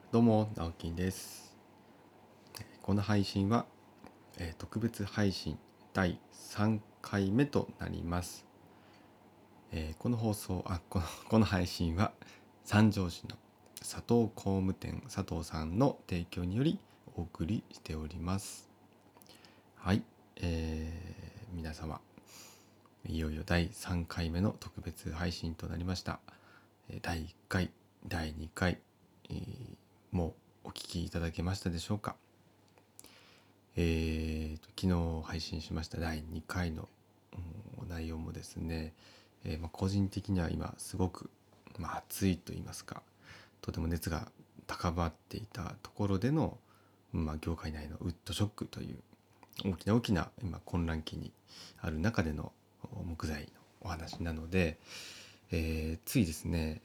どうも、直樹です。この配信は、特別配信第3回目となります。このこの配信は三条市の佐藤工務店佐藤さんの提供によりお送りしております。はい、皆様、いよいよ第3回目の特別配信となりました。第1回、第2回、もうお聞きいただけましたでしょうか。昨日配信しました第2回の、内容もですね、個人的には今すごく、熱いと言いますか、とても熱が高まっていたところでの、業界内のウッドショックという大きな今混乱期にある中での木材のお話なので、ついですね、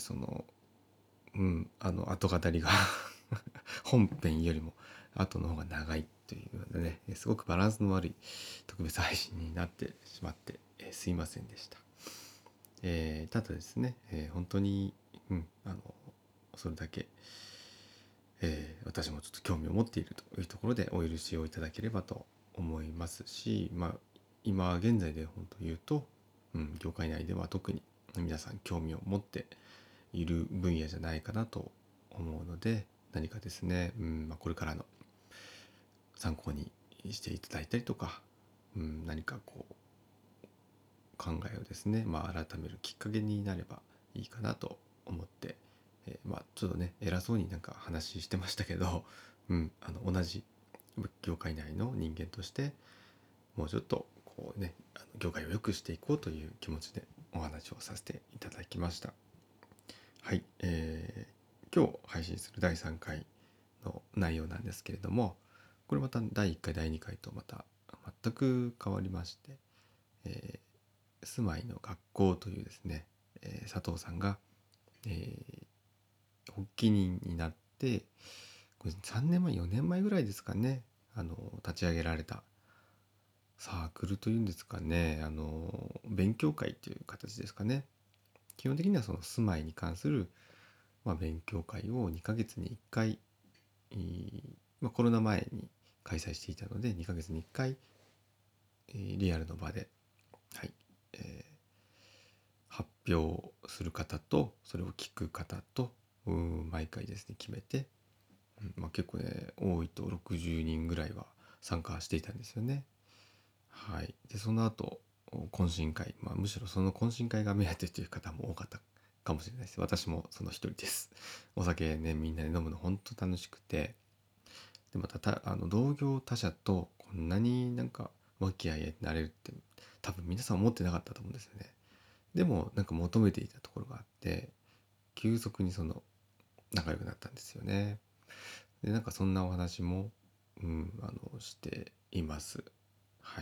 後語りが本編よりも後の方が長いというのでね、すごくバランスの悪い特別配信になってしまって、すいませんでした。ただですね、本当に、それだけ、私もちょっと興味を持っているというところでお許しをいただければと思いますし、今現在で本当言うと、業界内では特に皆さん興味を持っている分野じゃないかなと思うので、何かですね、これからの参考にしていただいたりとか、何かこう考えをですね、改めるきっかけになればいいかなと思って、ちょっとね偉そうになんか話してましたけど、同じ業界内の人間としてもうちょっとこうね業界を良くしていこうという気持ちでお話をさせていただきました。はい、今日配信する第3回の内容なんですけれども、これまた第1回第2回とまた全く変わりまして、住まいの学校というですね、佐藤さんが、発起人になって、これ3年前4年前ぐらいですかね、立ち上げられたサークルというんですかね、勉強会という形ですかね。基本的にはその住まいに関する、勉強会を2ヶ月に1回、コロナ前に開催していたので2ヶ月に1回、リアルの場で、はい、発表する方とそれを聞く方と毎回ですね決めて、結構ね多いと60人ぐらいは参加していたんですよね。はい、でその後懇親会、むしろその懇親会が目当てという方も多かったかもしれないです。私もその一人です。お酒ねみんなで飲むの本当楽しくて、でまた同業他社とこんなになんか和気あいあいになれるって多分皆さん思ってなかったと思うんですよね。でもなんか求めていたところがあって、急速にその仲良くなったんですよね。でなんかそんなお話も、しています。はい。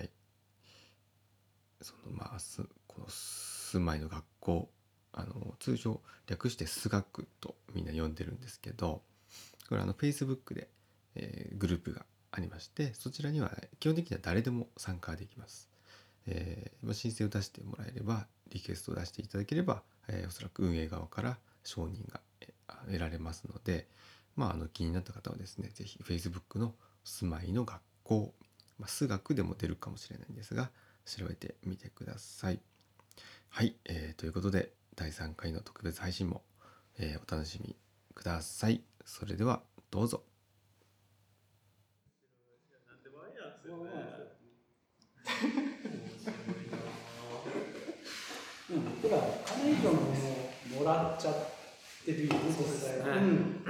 この住まいの学校、通常略してス学とみんな呼んでるんですけど、これFacebook で、グループがありまして、そちらには基本的には誰でも参加できます。申請を出してもらえれば、リクエストを出していただければ、おそらく運営側から承認が得られますので、気になった方はですね、ぜひ Facebook の住まいの学校、数学でも出るかもしれないんですが、調べてみてください。はい、ということで第3回の特別配信も、お楽しみください。それではどうぞ。 なんでもありなんですよね。面白いな僕ら金以上のものをもらっちゃってるよね、 そうですね。 実際は。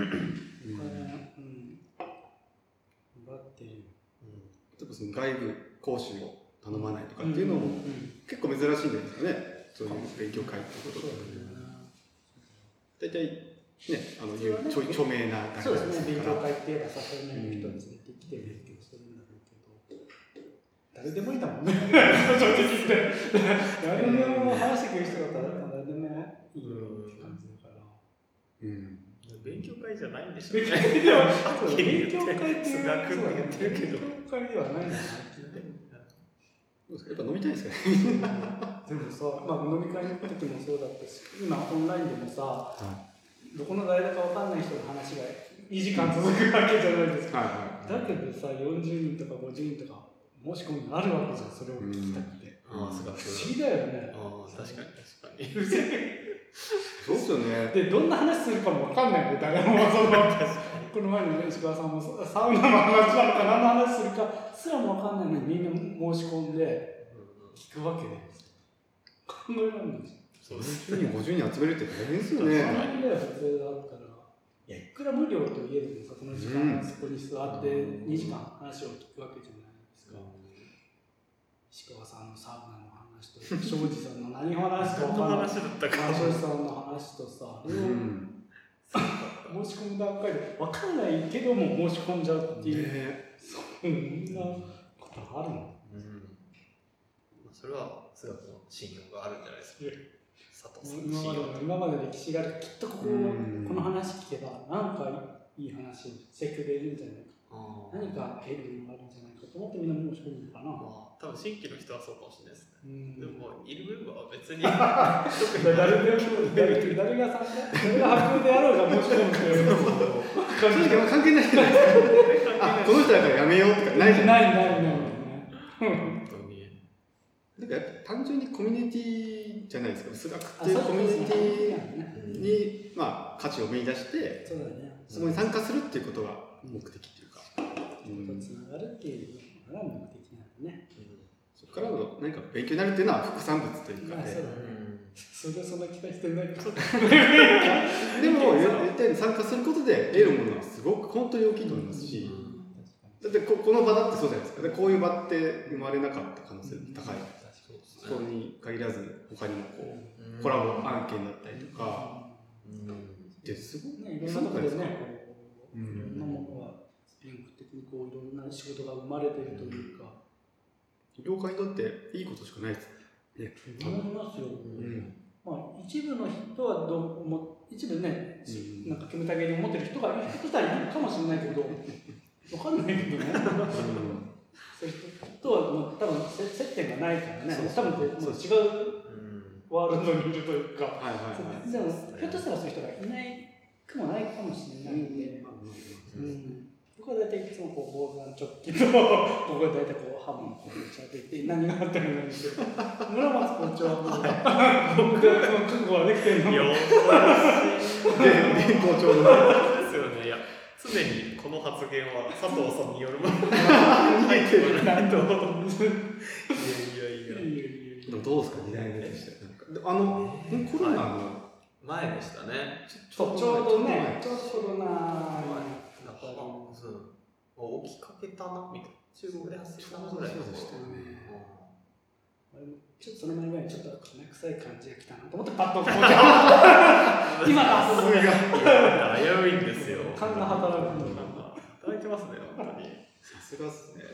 もらってる。 例えばその外部講師を頼まないとかっていうのも結構珍しいんですかね、そういう勉強会ってことで。大体ね、著名なそうですね、勉強会って言えばさ、そういう人を連れてきて勉強するんだろうけど、誰でもいいんだもんね、正直言って。誰でも話してくれる人だったら誰でもいいよって感じだから。 勉強会じゃないんでしょうね。 勉強会っていう数学って言ってるけど。 勉強会ではないんだなっていう。 やっぱ飲みたいですかね。 でもさ、飲み会の時もそうだったし、今オンラインでもさ、どこの誰だか分かんない人の話が 2時間続くわけじゃないですか。 はいはいだけどさ、40人とか50人とか申し込みがあるわけじゃん、それを聞きたくて。 ああ、すごい。 不思議だよね。 ああ、確かに確かに。 そうっすよね。 で、どんな話するかもわかんないんで、誰もこの前のね、石川さんもサウナの話なのか何の話するかすらもわかんないのにみんな申し込んで聞くわけですよ。考えられないじゃん。 そうです 40人、50人集めるって大変ですよね。 大変だよ、普通だったら。いや、いくら無料といえどもさ、その時間、そこに座って2時間話を聞くわけじゃないですか。石川さんのサウナの話と、庄司さんの何話か分からない。 話だったか。 庄司さんの話とさ、申し込む段階で分かんないけども申し込んじゃうっていう、そんなことあるの？ それは菅君の信用があるんじゃないですか。佐藤さんの信用。 今まで歴史がある、きっとこの話聞けばなんかいい話をしてくれるんじゃないか、何か得るものがあるんじゃないかと思ってみんな申し込むのかな。 多分新規の人はそうかもしれないですね。でもいるメンバーは別に誰が発表であろうが申し込むっていう正直関係ないじゃないですか。あ、この人だからやめようとかないじゃない本当に。 だからやっぱ単純にコミュニティじゃないですか。数学っていうコミュニティにまあ価値を見出して、そこに参加するっていうことが目的っていうか、 つながるっていうのが目的なんだね。 そこからの何か勉強になるっていうのは副産物というかね。 それはそんな期待してないけど。 でも言ったように参加することで得るものはすごく本当に大きいと思いますし、だってこの場だってそうじゃないですか。でこういう場って生まれなかった可能性が高い。そこに限らず他にもこうコラボ案件だったりとかですごくいろんなところでね、いろんなものがスピンオフ的にこういろんな仕事が生まれているというか、 業界にとっていいことしかないですね。 思いますよ。まあ一部の人は一部ね、なんか煙たげに思ってる人がいる人はいるかもしれないけど、わかんないけどね。そういう人とはもう多分接点がないからね、多分もう違うワールドにいるというか、でもひょっとしたらそういう人がいないくもないかもしれないんで、僕は大体いつもこう防弾チョッキと僕は大体こうハムをこう持ち上げて何があったらいいんですけど、村松校長は僕が覚悟はできてるの。 現校長のですよね。いや常にこの発言は佐藤さんによるもの。 ないと。 いやいや。 でもどうですか2代目でした。コロナの前でしたね。 ちょうどね、ちょうどコロナ起きかけたなみたいな。中国で発生したぐらいでしたよね。 ちょっとその前ぐらいにちょっと金臭い感じが来たなと思ってパッと今の遊びが危ういんですよ。 勘が働くの。 働いてますね本当に。 さすがっすね。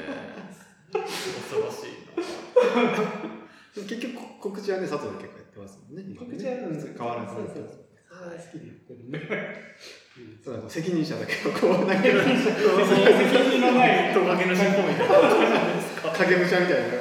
恐ろしいな。 結局告知はね佐藤で結構やってますもんね。 告知は変わらず。 好きでやってるんで。 そうだ責任者だけどこうだけ責任のないトカゲの尻尾みたいな影武者みたいな。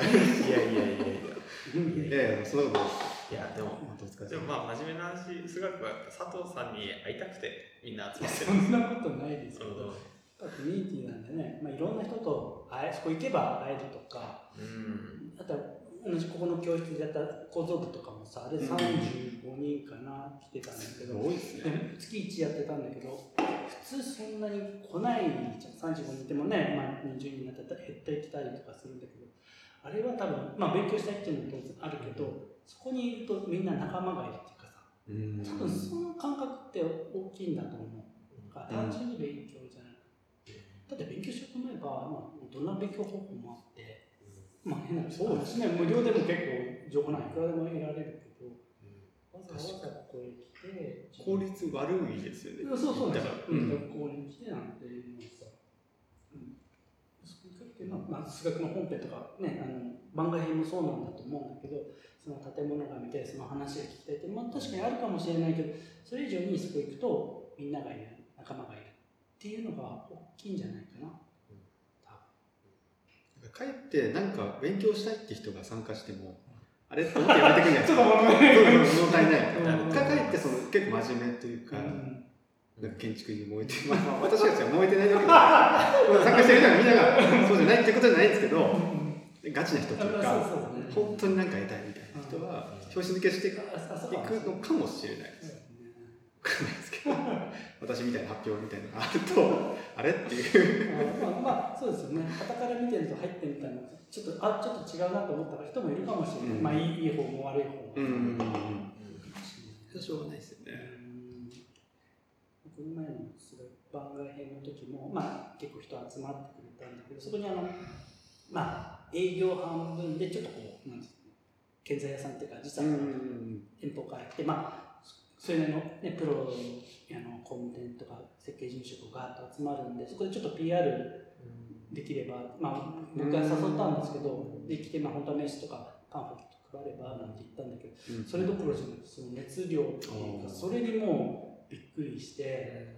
いやそんなこといやでもまあ真面目な話、数学は佐藤さんに会いたくてみんな集まってる。 そんなことないですけど、コミュニティなんでね、まあいろんな人とそこ行けば会えるとか、あとは同じここの教室でやった構造部とかもさ、あれ35人かな来てたんだけど、 多いですね。 月1やってたんだけど、普通そんなに来ないじゃん。35人いてもね、まあ、20人になったら減っていってたりとかするんだけど、あれは多分、まあ勉強したいっていうのも当然あるけど、そこにいるとみんな仲間がいるっていうかさ、多分その感覚って大きいんだと思う。単純に勉強じゃない。だって勉強しようと思えば、まあ、どんな勉強方法もあって、まあ変な話ね、無料でも結構情報なんいくらでも得られるけど、わざわざここへ来て、 効率悪いですよね。 そうだから、学校に来てなんていうのさ、そこに来てまあ、数学の本編とかね、番外編もそうなんだと思うんだけど、その建物が見て、その話が聞きたいって、まあ確かにあるかもしれないけど、それ以上にそこ行くと、みんながいる、仲間がいるっていうのが大きいんじゃないかな。 かえってなんか勉強したいって人が参加しても、あれって思ってやめてくんじゃないですか。物足りない。かえってその結構真面目というか、 なんか建築に燃えて、私たちは燃えてないわけで参加してる人はみんながそうじゃないってことじゃないんですけど、ガチな人というか、本当に何か得たいみたいな人は拍子抜けしていくのかもしれないです。わかんないですけど、私みたいな発表みたいなのがあると、あれっていうそうですよね。傍から見てると入ってみたいな、ちょっと違うなと思った人もいるかもしれない。いい方も悪い方も。 しょうがないですよね。 この前の番外編の時も、結構人集まってくれたんだけど、そこに営業半分でちょっとこう、なんですかね、建材屋さんっていうか、実は店舗変えて、それなりの、ね、プロの工務店とか設計事務所がガーッと集まるんで、そこでちょっと PR できれば、僕が誘ったんですけど、できて、本当は名刺とかパンフレット配ればなんて言ったんだけど、それどころじゃなくて、その熱量っていうか、それにもうびっくりして、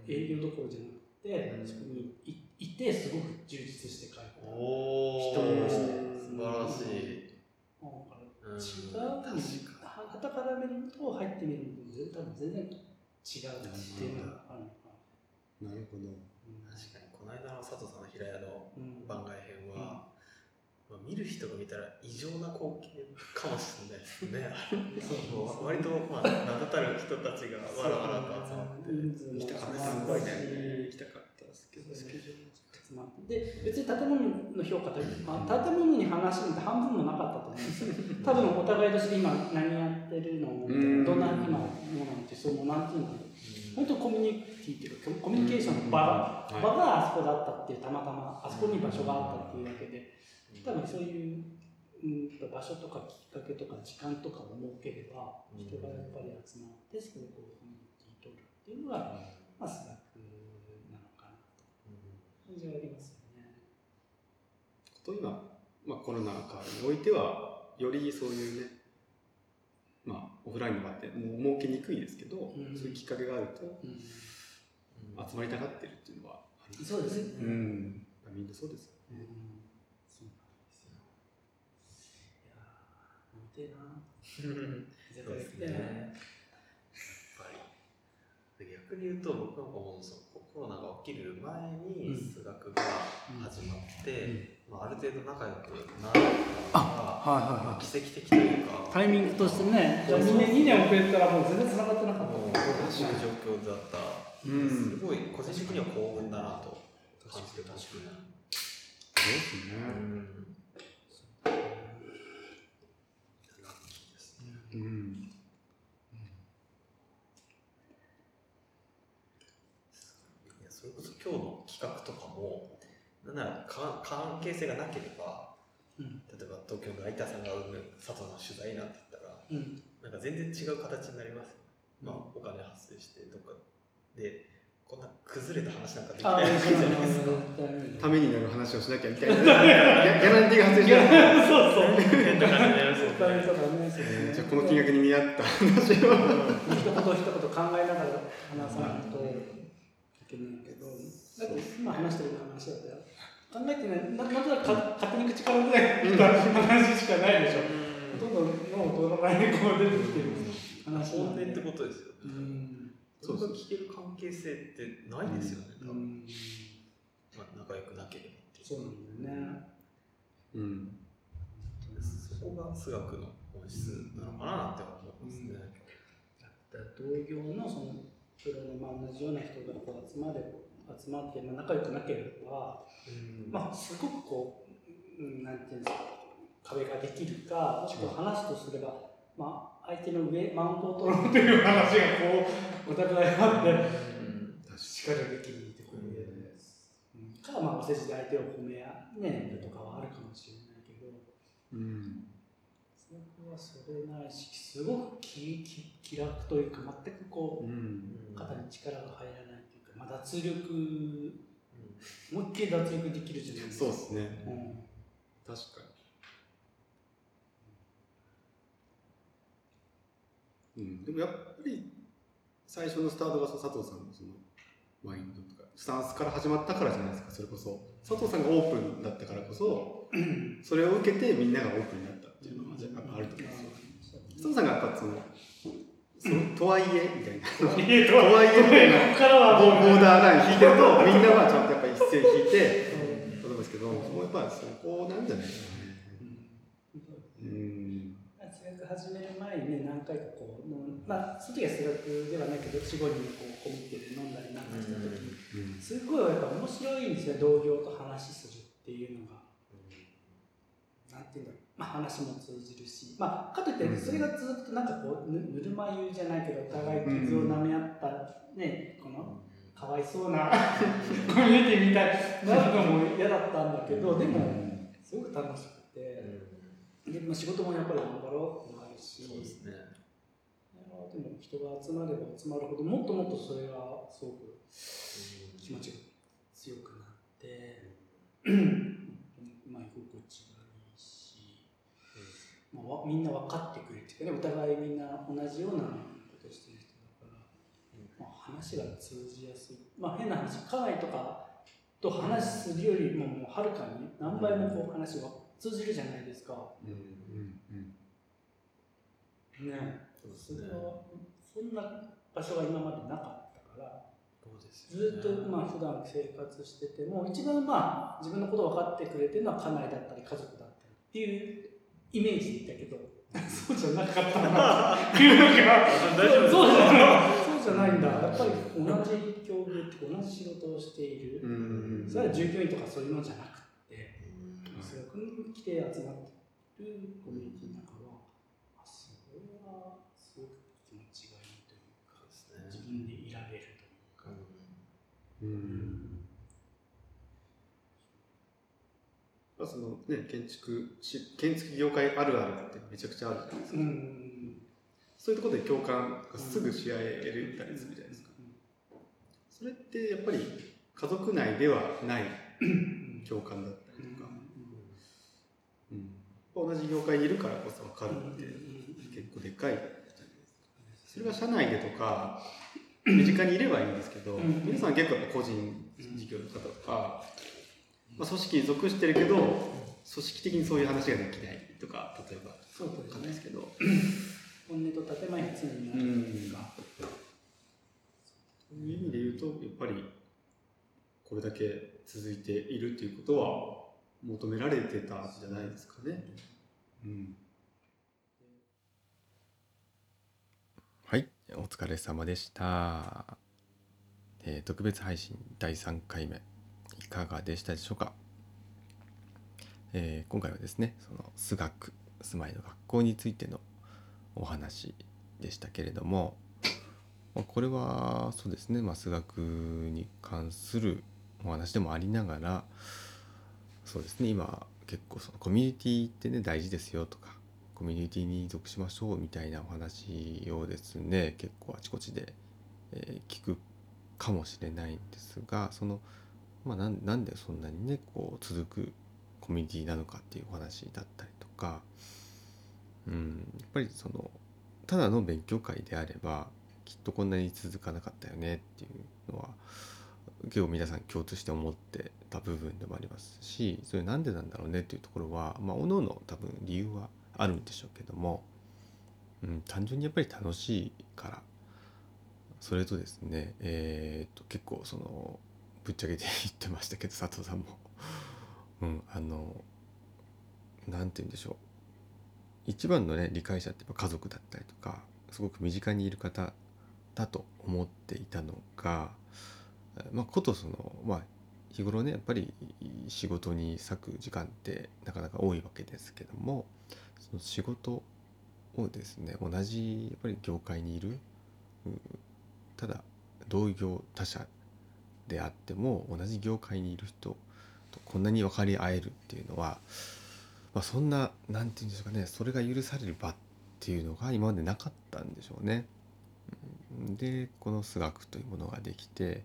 営業どころじゃなくて、そこにいて、すごく充実して帰った人もいまして、 素晴らしい。 違う、傍から見ると入ってみると多分全然違うっていうのがあるのかな。 なるほど。 確かにこの間の佐藤さんの平屋の番外編は、見る人が見たら異常な光景かもしれないですね。割と名だたる人たちがわらわらと集まって、 行きたかったですけど、 で別に建物の評価というか、建物に話してみて半分もなかったと思うんですよ。多分お互いとして今何やってるのどんな今ものなんて、そのなんていうの、本当コミュニティっていうかコミュニケーションの場があそこだったっていう、たまたまあそこに場所があったっていうわけで、多分そういう場所とかきっかけとか時間とかを設ければ、人がやっぱり集まってそこでこうコミュニティ取るっていうのがスラックなのかなと感じはありますよね。 今、コロナ禍においてはよりそういうね、オフラインの場ってもう設けにくいですけど、そういうきっかけがあると、集まりたがってるっていうのはありますね。 そうですね。 みんなそうですよね。 そうですね。やっぱり逆に言うと僕は思うんですよ。コロナが起きる前に数学が始まって、ある程度仲良くなったのが奇跡的というか、 タイミングとしてね、2年遅れたらもう全然繋がってなかった。 そういう状況だった。すごい個人的には幸運だなと感じてましたね。 そうですね。 それこそ今日の企画とかも、なんなら関係性がなければ、例えば東京のライターさんが生む佐藤の取材なんて言ったら、なんか全然違う形になります。お金発生してどっかでこんな崩れた話なんかできないわけじゃないですか。 ためになる話をしなきゃみたいなギャランティーが発生してる。 そう変な感じになりますよね。 じゃあこの金額に見合った話を一言考えながら話さないといけないけど、だって今話してる話だったよ。考えてない、なんとなく勝手に口から出ない話しかないでしょ。ほとんど脳を通らないでこう出てきてる話。 本音ってことですよね。それが聞ける関係性ってないですよね。多分仲良くなければっていう。 そうなんだよね。 そこが数学の本質なのかなって思いますね。 同業のそのプロの同じような人がこう集まって仲良くなければ、すごくこう、なんていうんですか、壁ができるか、もしくは話すとすれば、相手のマウントを取ろうという話がこうお互いあってしっかりできるところで、お世辞で相手を褒めるとかはあるかもしれないけど、僕はそれないし、すごく気楽というか、全くこう、肩に力が入らないというか、脱力、思いっきり脱力できるじゃないですか。 そうですね。確かに。でもやっぱり最初のスタートが佐藤さんのそのマインドとかスタンスから始まったからじゃないですか。それこそ佐藤さんがオープンだったからこそ、それを受けてみんながオープンになったっていうのはあると思うんですよ。佐藤さんがやっぱとはいえみたいなとはいえみたいなここからはーダーライン引いてるとみんなはちゃんとやっぱり一線引いて例えばですけど、やっぱりそこなんじゃないですかね。 数学始める前に何回かこう、まあその時は数学ではないけど4、5人でこうコミュニティで飲んだりなんかした時に、すごいやっぱ面白いんですよ、同業と話するっていうのが。なんていうんだろう、まあ、話も通じるし、まあ、かといってそれが続くとなんかこうぬるま湯じゃないけどお互い傷を舐め合ったね、このかわいそうなコミュニティみたいになるのも嫌だったんだけど、でもすごく楽しくて、で、まあ、仕事もやっぱり頑張ろうってなるし、そうですね。でも人が集まれば集まるほどもっともっとそれがすごく気持ちが強くなってまあ居心地がいいし、まあ、みんな分かってくれるっていうかね、お互いみんな同じようなことをしてる人だから、まあ、話が通じやすい、まあ、変な話、家内とかと話するよりももうはるかに何倍もこう話が通じるじゃないですか。ね、そんな場所が今までなかったから、ずっとまあ普段生活してても一番まあ自分のことを分かってくれてるのは家内だったり家族だったりっていうイメージでいたけど、そうじゃなかったなっていうのがそうじゃないんだ。やっぱり同じ境遇って同じ仕事をしている、それは従業員とかそういうのじゃなくて、数学に来て集まってるコミュニティだから、それはすごく気持ちがいいというか、自分でいられるというか。 そのね、建築業界あるあるってめちゃくちゃあるじゃないですか。そういうところで共感がすぐし合えるたりするじゃないですか。それってやっぱり家族内ではない共感だったりとか、同じ業界にいるからこそ分かるって結構でかいじゃないですか。それが社内でとか身近にいればいいんですけど、皆さん結構やっぱ個人事業の方とか、まあ、組織に属してるけど組織的にそういう話ができないとか、例えば分かんないですけど、 本音と建前が常にあるというか、 そういう意味で言うとやっぱりこれだけ続いているということは求められてたんじゃないですかね。 はい、お疲れ様でした。特別配信第3回目いかがでしたでしょうか。今回はですね、その数学住まいの学校についてのお話でしたけれども、これはそうですね、数学に関するお話でもありながら、そうですね、今結構そのコミュニティってね大事ですよとか、コミュニティに属しましょうみたいなお話をですね、結構あちこちで、聞くかもしれないんですが、そのなんでそんなにねこう続くコミュニティなのかっていうお話だったりとか、やっぱりそのただの勉強会であればきっとこんなに続かなかったよねっていうのは結構皆さん共通して思ってた部分でもありますし、それなんでなんだろうねっていうところは各々多分理由はあるんでしょうけども、単純にやっぱり楽しいから、それとですね、結構そのぶっちゃけて言ってましたけど佐藤さんもなんて言うんでしょう、一番のね理解者ってやっぱ家族だったりとかすごく身近にいる方だと思っていたのが、ことその日頃ねやっぱり仕事に割く時間ってなかなか多いわけですけども、その仕事をですね同じやっぱり業界にいる、ただ同業他社であっても同じ業界にいる人とこんなに分かり合えるっていうのは、そんななんていうんですかね、それが許される場っていうのが今までなかったんでしょうね。でこの数学というものができて、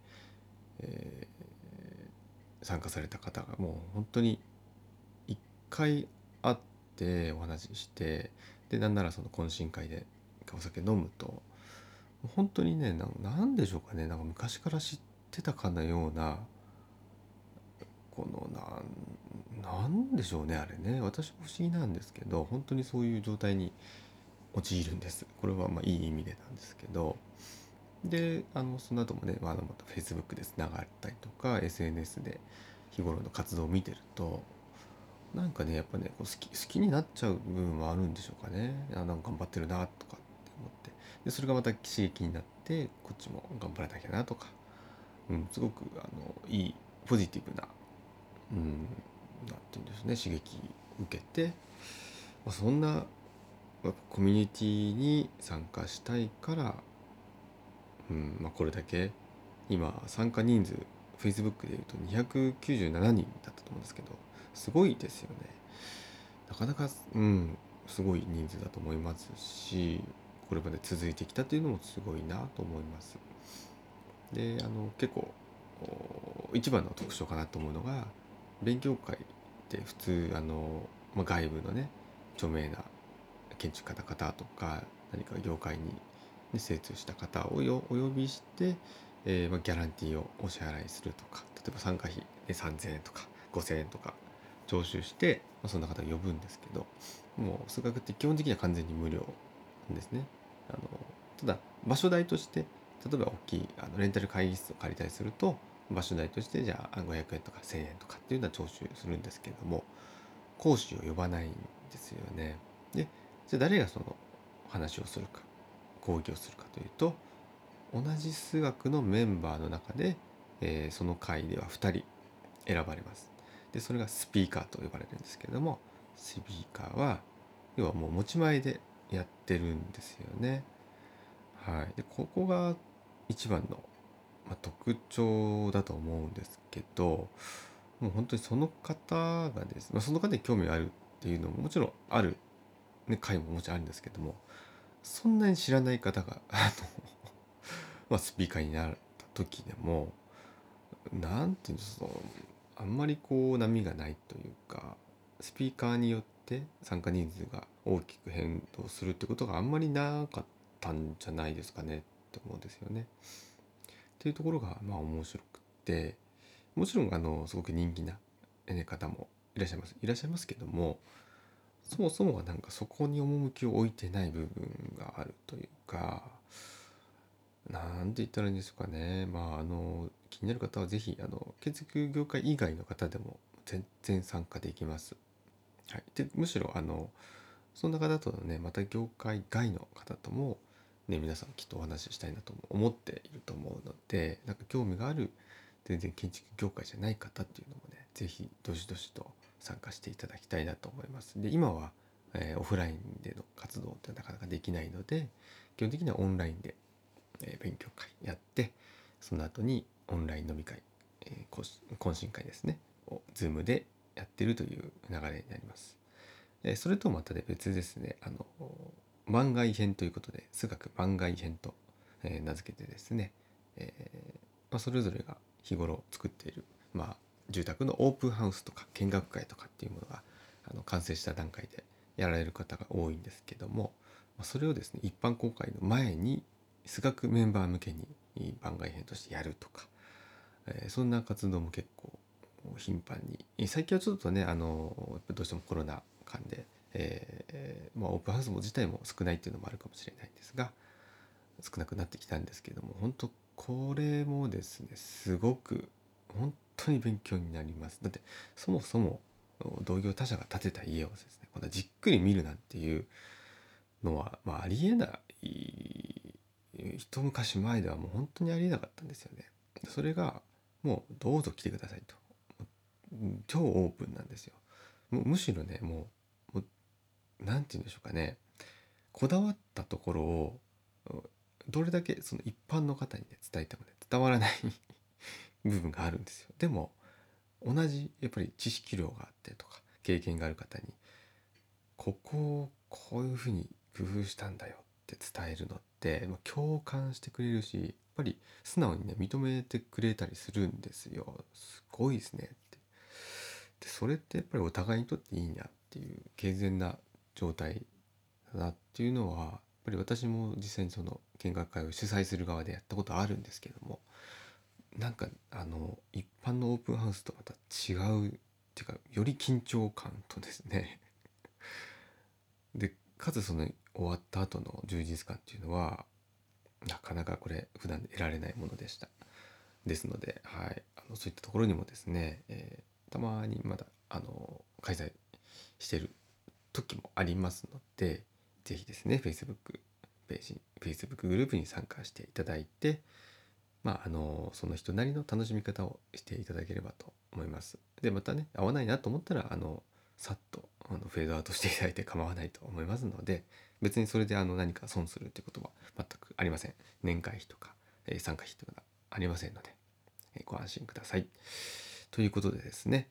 参加された方がもう本当に一回会ってお話しして、でなんならその懇親会でお酒飲むと本当にねなんでしょうかね、なんか昔から知ってたかのようなこのなんでしょうね、あれね、私も不思議なんですけど本当にそういう状態に陥るんです。これはいい意味でなんですけど、 でその後もね、また Facebook でつながったりとか SNS で日頃の活動を見てるとなんかねやっぱねこう好きになっちゃう部分はあるんでしょうかね。なんか頑張ってるなとかって思って、でそれがまた刺激になってこっちも頑張らなきゃなとか、すごくいいポジティブな、なんていうんですね、刺激を受けて、そんなコミュニティに参加したいから、これだけ今参加人数 Facebook でいうと297人だったと思うんですけど、すごいですよね。なかなかすごい人数だと思いますし、これまで続いてきたというのもすごいなと思います。で結構一番の特徴かなと思うのが、勉強会って普通外部のね著名な建築家の方とか何か業界に精通した方をお呼びして、ギャランティーをお支払いするとか、例えば参加費で3000円とか5000円とか徴収して、そんな方を呼ぶんですけど、もう数学って基本的には完全に無料なんですね。ただ場所代として、例えば大きいレンタル会議室を借りたりすると場所代としてじゃあ500円とか1000円とかっていうのは徴収するんですけれども、講師を呼ばないんですよね。でじゃあ誰がその話をするか講義をするかというと、同じ数学のメンバーの中で、その会では2人選ばれます。でそれがスピーカーと呼ばれるんですけれども、スピーカーは要はもう持ち前でやってるんですよね。でここが一番の、特徴だと思うんですけど、もう本当にその方がですね、その方に興味があるっていうのももちろんある、会ももちろんあるんですけども、そんなに知らない方がスピーカーになった時でもなんていうんですか、あんまりこう波がないというか、スピーカーによって参加人数が大きく変動するってことがあんまりなかったんじゃないですかねって思うんですよね。っていうところが面白くて、もちろんすごく人気な方もいらっしゃいますけども、そもそもはなんかそこに趣を置いてない部分があるというか、なんて言ったらいいんでしょうかね。気になる方はぜひ建築業界以外の方でも全然参加できます。でむしろそんな方とね、また業界外の方ともね、皆さんきっとお話ししたいなと思っていると思うので、なんか興味がある全然建築業界じゃない方っていうのもね、ぜひどしどしと参加していただきたいなと思います。で今は、オフラインでの活動ってなかなかできないので、基本的にはオンラインで勉強会やって、その後にオンライン飲み会、懇親会ですねを Zoom でやってるという流れになります。それとまたで別ですね、番外編ということで数学番外編と、名付けてですね、それぞれが日頃作っている、住宅のオープンハウスとか見学会とかっていうものが完成した段階でやられる方が多いんですけども、それをですね一般公開の前に数学メンバー向けに番外編としてやるとか、そんな活動も結構頻繁に、最近はちょっとねどうしてもコロナ禍で、オープンハウスも自体も少ないっていうのもあるかもしれないんですが、少なくなってきたんですけども、本当これもですねすごく本当に勉強になります。だってそもそも同業他社が建てた家をですねこんなじっくり見るなんていうのは、ありえない、一昔前ではもう本当にありえなかったんですよね。それがもうどうぞ来てくださいと、超オープンなんですよ。むしろねもうなんて言うんでしょうかね、こだわったところをどれだけその一般の方にね伝えてもね伝わらない部分があるんですよ。でも同じやっぱり知識量があってとか経験がある方にここをこういうふうに工夫したんだよって伝えるのって、共感してくれるし、やっぱり素直にね認めてくれたりするんですよ。すごいですねって。でそれってやっぱりお互いにとっていいなっていう健全な状態だなっていうのは、やっぱり私も実際にその見学会を主催する側でやったことあるんですけども、なんか一般のオープンハウスとまた違うっていうか、より緊張感とですねでかつその終わった後の充実感っていうのはなかなかこれ普段得られないものでした。ですので、はい、そういったところにもですね、たまにまだ開催している時もありますので、ぜひですね Facebook ページ Facebook グループに参加していただいて、その人なりの楽しみ方をしていただければと思います。でまたね合わないなと思ったらさっとフェードアウトしていただいて構わないと思いますので、別にそれで何か損するということは全くありません。年会費とか、参加費というのがありませんので、ご安心ください。ということでですね、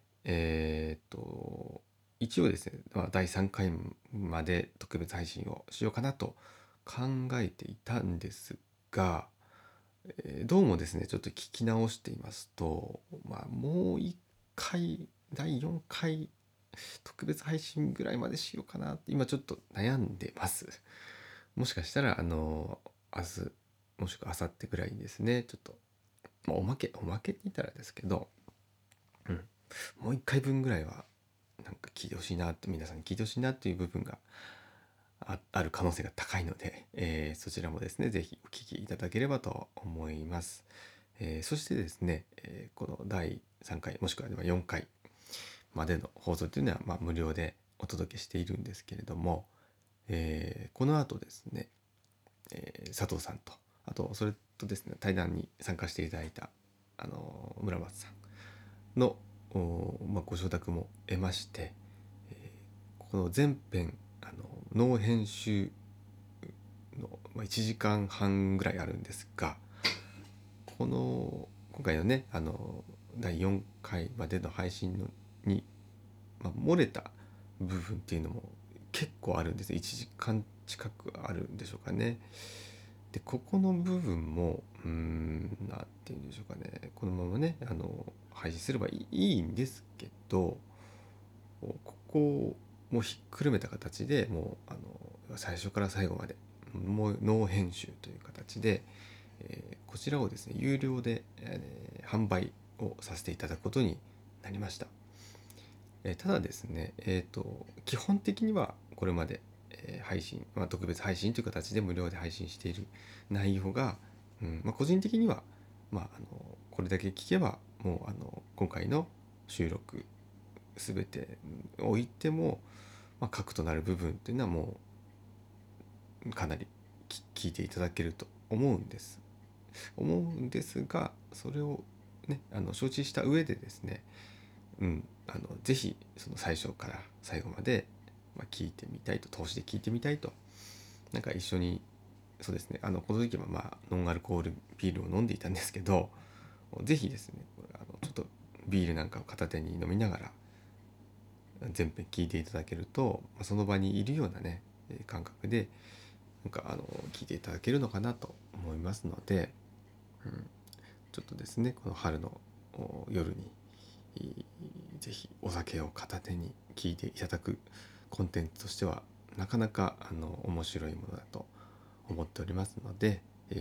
一応ですね、第3回まで特別配信をしようかなと考えていたんですが、どうもですねちょっと聞き直していますと、もう1回第4回特別配信ぐらいまでしようかなって今ちょっと悩んでます。もしかしたら明日もしくは明後日ぐらいにですねちょっと、おまけって言ったらですけど、もう1回分ぐらいはなんか聞いてほしいなって皆さんに聞いてほしいなっていう部分がある可能性が高いので、そちらもですねぜひお聞きいただければと思います。そしてですね、この第3回もしくは4回までの放送というのは無料でお届けしているんですけれども、この後ですね、佐藤さんとあとそれとですね対談に参加していただいた村松さんのご承諾も得まして、この前編ノー編集の1時間半ぐらいあるんですが、今回のね第4回までの配信に、漏れた部分っていうのも結構あるんです。1時間近くあるんでしょうかね。でここの部分もなんていうんでしょうかね、このままね配信すればいいんですけど、ここもひっくるめた形でもう最初から最後までもうノー編集という形で、こちらをですね有料で、販売をさせていただくことになりました。ただですね、基本的にはこれまで、配信、特別配信という形で無料で配信している内容が、個人的には、これだけ聞けばもう今回の収録全てにおいても、核となる部分というのはもうかなり聞いていただけると思うんですが、それをね承知した上でですね、ぜひその最初から最後まで聞いてみたいと、通しで聞いてみたいと、なんか一緒にそうですねこの時はノンアルコールビールを飲んでいたんですけど、ぜひですねちょっとビールなんかを片手に飲みながら全編聞いていただけると、その場にいるようなね感覚でなんか聞いていただけるのかなと思いますので、ちょっとですねこの春の夜にぜひお酒を片手に聞いていただくコンテンツとしてはなかなか面白いものだと思っておりますので、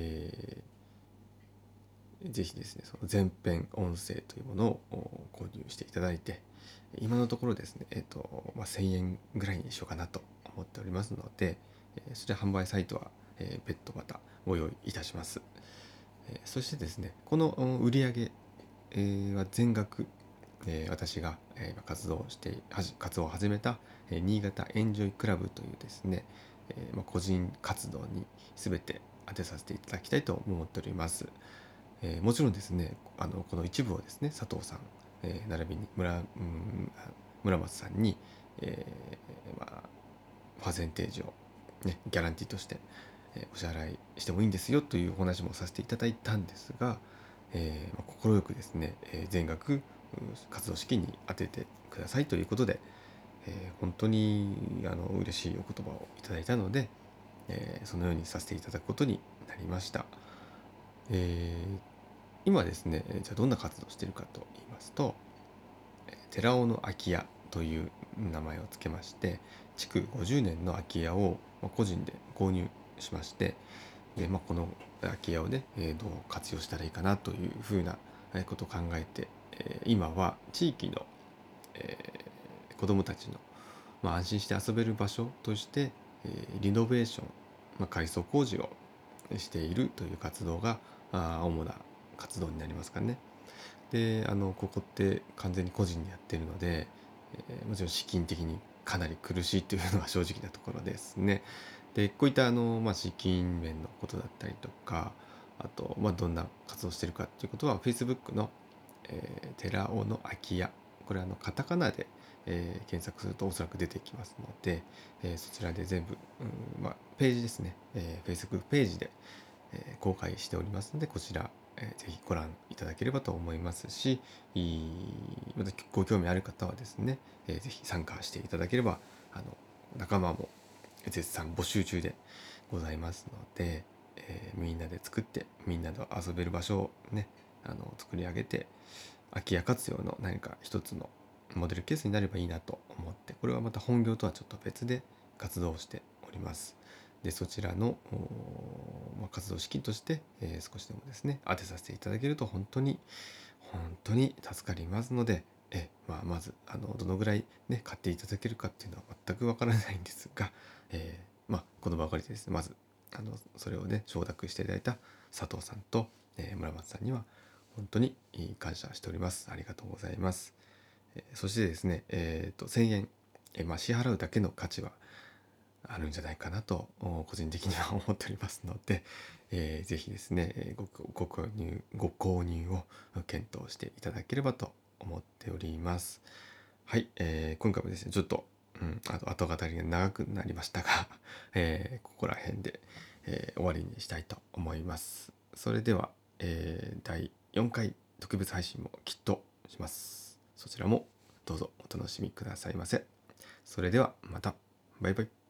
ぜひですねその前編音声というものを購入していただいて、今のところですね、1000円ぐらいにしようかなと思っておりますので、それ販売サイトは別途またご用意いたします。そしてですねこの売上は全額私が活動を始めた新潟エンジョイクラブというですね個人活動に全て当てさせていただきたいと思っております。もちろんですねこの一部をですね佐藤さん、並びに村松さんに、パーセンテージを、ギャランティーとして、お支払いしてもいいんですよというお話もさせていただいたんですが、快くですね、全額活動資金に充ててくださいということで、本当に嬉しいお言葉をいただいたので、そのようにさせていただくことになりました。今ですねじゃあどんな活動をしているかと言いますと、寺尾の空き家という名前を付けまして、築50年の空き家を個人で購入しまして、で、この空き家をねどう活用したらいいかなというふうなことを考えて、今は地域の、子どもたちの、安心して遊べる場所として、リノベーション、改装工事を、 しているという活動が主な活動になりますからね。でここって完全に個人でやってるので、もちろん資金的にかなり苦しいというのが正直なところですね。でこういった資金面のことだったりとか、あと、どんな活動してるかっていうことは Facebook の、寺尾の空き家、これカタカナで、検索するとおそらく出てきますので、そちらで全部、ページですね、Facebook ページで、公開しておりますので、こちら、ぜひご覧いただければと思いますし、またご興味ある方はですね、ぜひ参加していただければ、仲間も絶賛募集中でございますので、みんなで作ってみんなで遊べる場所をね作り上げて、空き家活用の何か一つのモデルケースになればいいなと思って、これはまた本業とはちょっと別で活動しております。でそちらの、活動資金として、少しでもですね当てさせていただけると本当に助かりますので、まずどのぐらいね買っていただけるかっていうのは全くわからないんですが、この場を借りてですね、まずそれをね承諾していただいた佐藤さんと、村松さんには本当に感謝しております。ありがとうございます。そしてですね、1000円、支払うだけの価値はあるんじゃないかなと個人的には思っておりますので、ぜひですねご購入を検討していただければと思っております。はい、今回もですねちょっと、後語りが長くなりましたが、ここら辺で、終わりにしたいと思います。それでは、第4回特別配信もきっとします。そちらもどうぞお楽しみくださいませ。それではまた。バイバイ。